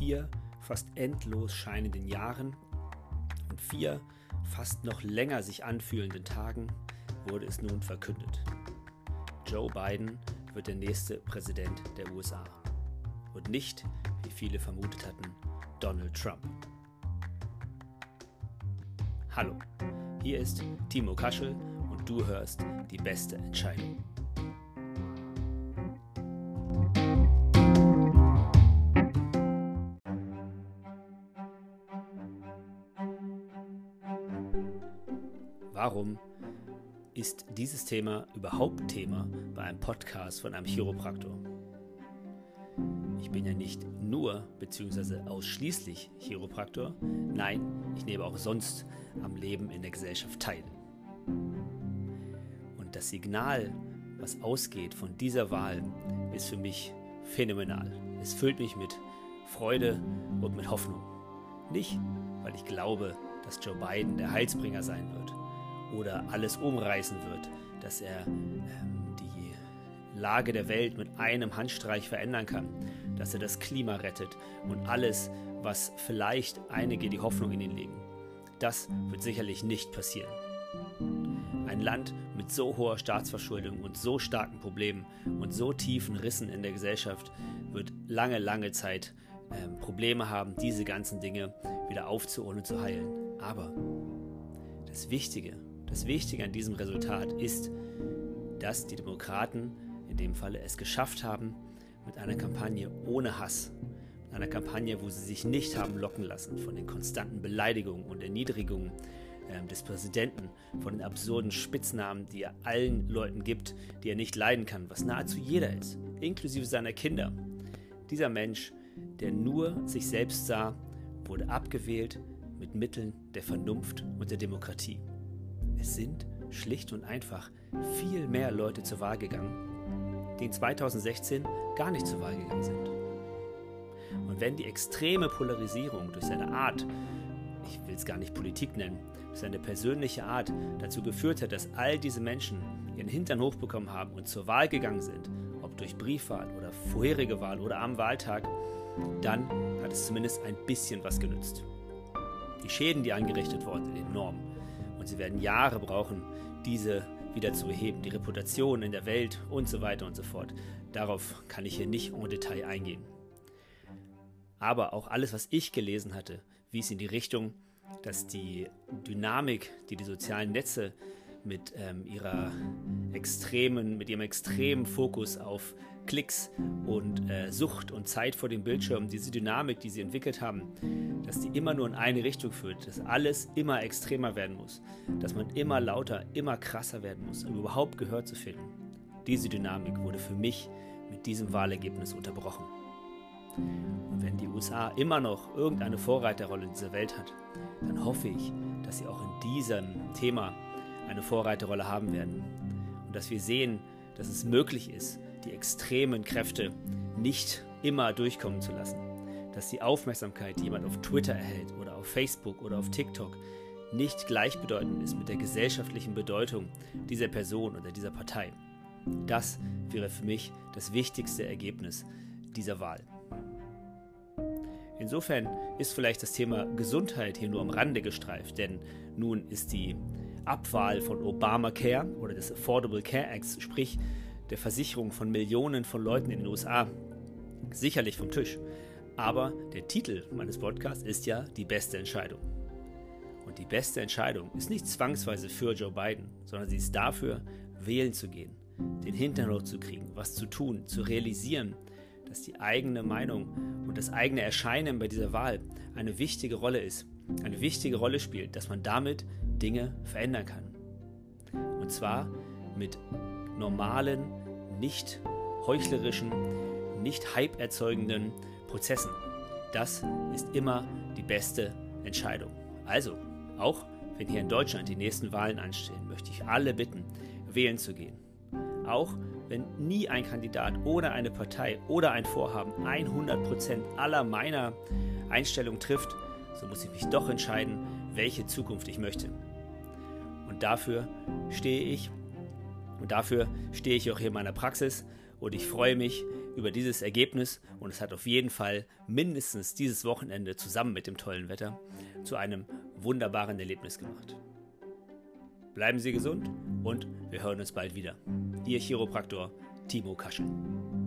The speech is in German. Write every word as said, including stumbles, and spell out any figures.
vier fast endlos scheinenden Jahren und vier fast noch länger sich anfühlenden Tagen wurde es nun verkündet. Joe Biden wird der nächste Präsident der U S A. Und nicht, wie viele vermutet hatten, Donald Trump. Hallo, hier ist Timo Kaschel und du hörst Die beste Entscheidung. Warum ist dieses Thema überhaupt Thema bei einem Podcast von einem Chiropraktor? Ich bin ja nicht nur bzw. ausschließlich Chiropraktor, nein, ich nehme auch sonst am Leben in der Gesellschaft teil. Und das Signal, was ausgeht von dieser Wahl, ist für mich phänomenal. Es füllt mich mit Freude und mit Hoffnung. Nicht, weil ich glaube, dass Joe Biden der Heilsbringer sein wird oder alles umreißen wird, dass er ähm, die Lage der Welt mit einem Handstreich verändern kann, dass er das Klima rettet und alles, was vielleicht einige die Hoffnung in ihn legen. Das wird sicherlich nicht passieren. Ein Land mit so hoher Staatsverschuldung und so starken Problemen und so tiefen Rissen in der Gesellschaft wird lange, lange Zeit ähm, Probleme haben, diese ganzen Dinge wieder aufzuholen und zu heilen. Aber das Wichtige, das Wichtige an diesem Resultat ist, dass die Demokraten in dem Falle es geschafft haben, mit einer Kampagne ohne Hass, mit einer Kampagne, wo sie sich nicht haben locken lassen von den konstanten Beleidigungen und Erniedrigungen äh, des Präsidenten, von den absurden Spitznamen, die er allen Leuten gibt, die er nicht leiden kann, was nahezu jeder ist, inklusive seiner Kinder. Dieser Mensch, der nur sich selbst sah, wurde abgewählt mit Mitteln der Vernunft und der Demokratie. Es sind schlicht und einfach viel mehr Leute zur Wahl gegangen, die in zweitausendsechzehn gar nicht zur Wahl gegangen sind. Und wenn die extreme Polarisierung durch seine Art, ich will es gar nicht Politik nennen, durch seine persönliche Art dazu geführt hat, dass all diese Menschen ihren Hintern hochbekommen haben und zur Wahl gegangen sind, ob durch Briefwahl oder vorherige Wahl oder am Wahltag, dann hat es zumindest ein bisschen was genützt. Die Schäden, die angerichtet wurden, sind enorm. Und sie werden Jahre brauchen, diese wieder zu beheben, die Reputation in der Welt und so weiter und so fort. Darauf kann ich hier nicht en Detail eingehen. Aber auch alles, was ich gelesen hatte, wies in die Richtung, dass die Dynamik, die die sozialen Netze mit ähm, ihrer extremen, mit ihrem extremen Fokus auf Klicks und äh, Sucht und Zeit vor dem Bildschirm, diese Dynamik, die sie entwickelt haben, dass die immer nur in eine Richtung führt, dass alles immer extremer werden muss, dass man immer lauter, immer krasser werden muss, um überhaupt Gehör zu finden. Diese Dynamik wurde für mich mit diesem Wahlergebnis unterbrochen. Und wenn die U S A immer noch irgendeine Vorreiterrolle in dieser Welt hat, dann hoffe ich, dass sie auch in diesem Thema eine Vorreiterrolle haben werden und dass wir sehen, dass es möglich ist, die extremen Kräfte nicht immer durchkommen zu lassen, dass die Aufmerksamkeit, die jemand auf Twitter erhält oder auf Facebook oder auf TikTok, nicht gleichbedeutend ist mit der gesellschaftlichen Bedeutung dieser Person oder dieser Partei. Das wäre für mich das wichtigste Ergebnis dieser Wahl. Insofern ist vielleicht das Thema Gesundheit hier nur am Rande gestreift, denn nun ist die Abwahl von Obamacare oder des Affordable Care Acts, sprich der Versicherung von Millionen von Leuten in den U S A, sicherlich vom Tisch. Aber der Titel meines Podcasts ist ja die beste Entscheidung. Und die beste Entscheidung ist nicht zwangsweise für Joe Biden, sondern sie ist dafür, wählen zu gehen, den Hintern hochzukriegen, was zu tun, zu realisieren, dass die eigene Meinung und das eigene Erscheinen bei dieser Wahl eine wichtige Rolle ist, eine wichtige Rolle spielt, dass man damit Dinge verändern kann. Und zwar mit normalen, nicht heuchlerischen, nicht hype-erzeugenden Prozessen. Das ist immer die beste Entscheidung. Also, auch wenn hier in Deutschland die nächsten Wahlen anstehen, möchte ich alle bitten, wählen zu gehen. Auch wenn nie ein Kandidat oder eine Partei oder ein Vorhaben hundert Prozent aller meiner Einstellungen trifft, so muss ich mich doch entscheiden, welche Zukunft ich möchte. Und dafür stehe ich und dafür stehe ich auch hier in meiner Praxis und ich freue mich über dieses Ergebnis und es hat auf jeden Fall mindestens dieses Wochenende zusammen mit dem tollen Wetter zu einem wunderbaren Erlebnis gemacht. Bleiben Sie gesund und wir hören uns bald wieder. Ihr Chiropraktor Timo Kaschel.